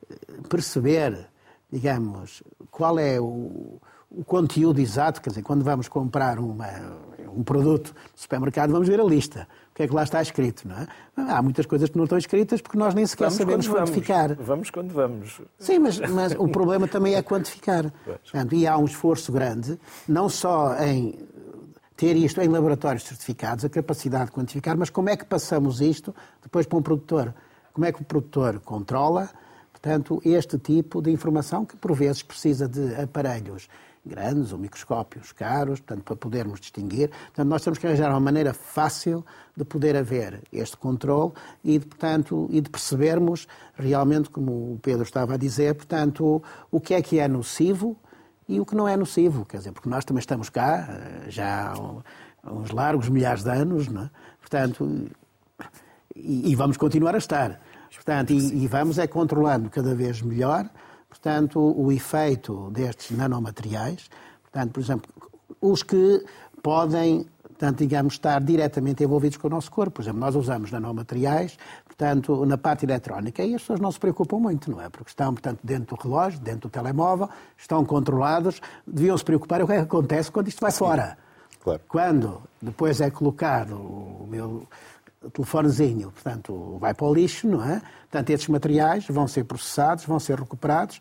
perceber, digamos, qual é o conteúdo exato, quer dizer, quando vamos comprar um produto no supermercado, vamos ver a lista. O que é que lá está escrito, não é? Há muitas coisas que não estão escritas porque nós nem sequer sabemos quantificar. Vamos quando vamos. Sim, mas o problema também é quantificar. Portanto, e há um esforço grande, não só em ter isto em laboratórios certificados, a capacidade de quantificar, mas como é que passamos isto depois para um produtor? Como é que o produtor controla, portanto, este tipo de informação que, por vezes, precisa de aparelhos grandes ou microscópios caros, portanto, para podermos distinguir. Portanto, nós temos que arranjar uma maneira fácil de poder haver este controle e, portanto, e de percebermos realmente, como o Pedro estava a dizer, portanto, o que é nocivo e o que não é nocivo. Quer dizer, porque nós também estamos cá já há uns largos milhares de anos, não é? Portanto, e vamos continuar a estar. Portanto, e vamos controlando cada vez melhor, portanto, o efeito destes nanomateriais, portanto, por exemplo, os que podem, portanto, digamos, estar diretamente envolvidos com o nosso corpo. Por exemplo, nós usamos nanomateriais, portanto, na parte eletrónica, e as pessoas não se preocupam muito, não é? Porque estão, portanto, dentro do relógio, dentro do telemóvel, estão controlados, deviam se preocupar o que é que acontece quando isto vai fora. Claro. Quando depois é colocado o meu telefonezinho, portanto, vai para o lixo, não é? Portanto, estes materiais vão ser processados, vão ser recuperados.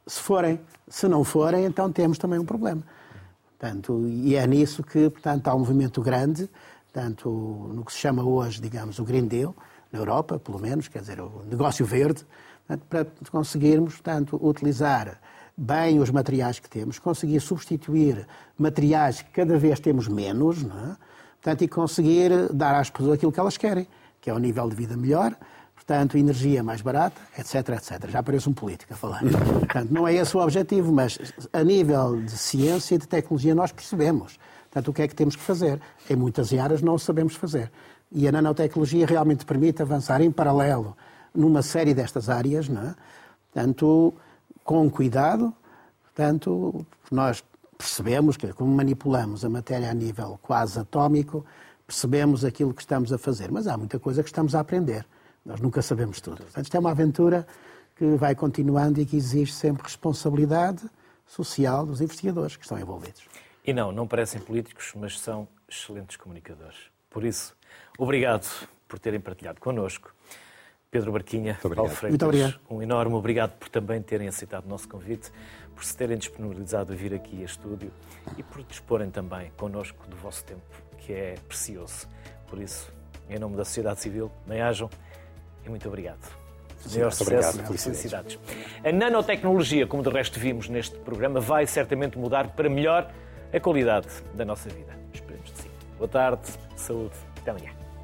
Se não forem, então temos também um problema. Portanto, e é nisso que, portanto, há um movimento grande, portanto, no que se chama hoje, digamos, o Green Deal, na Europa, pelo menos, quer dizer, o negócio verde, portanto, para conseguirmos, portanto, utilizar bem os materiais que temos, conseguir substituir materiais que cada vez temos menos, não é? Portanto, e conseguir dar às pessoas aquilo que elas querem, que é um nível de vida melhor, portanto, energia mais barata, etc, etc. Já parece um político a falar. Portanto, não é esse o objetivo, mas a nível de ciência e de tecnologia nós percebemos. Portanto, o que é que temos que fazer? Em muitas áreas não o sabemos fazer. E a nanotecnologia realmente permite avançar em paralelo numa série destas áreas, não é? Portanto, com cuidado, portanto, nós percebemos que, como manipulamos a matéria a nível quase atómico, percebemos aquilo que estamos a fazer. Mas há muita coisa que estamos a aprender. Nós nunca sabemos tudo. Portanto, isto é uma aventura que vai continuando e que exige sempre responsabilidade social dos investigadores que estão envolvidos. E não parecem políticos, mas são excelentes comunicadores. Por isso, obrigado por terem partilhado connosco. Pedro Barquinha, Paulo Freitas, muito obrigado. Um enorme obrigado por também terem aceitado o nosso convite, por se terem disponibilizado a vir aqui a estúdio e por disporem também connosco do vosso tempo, que é precioso. Por isso, em nome da sociedade civil, bem-ajam e muito obrigado. Maior sucesso, felicidades. A nanotecnologia, como de resto vimos neste programa, vai certamente mudar para melhor a qualidade da nossa vida. Esperemos que sim. Boa tarde, saúde, até amanhã.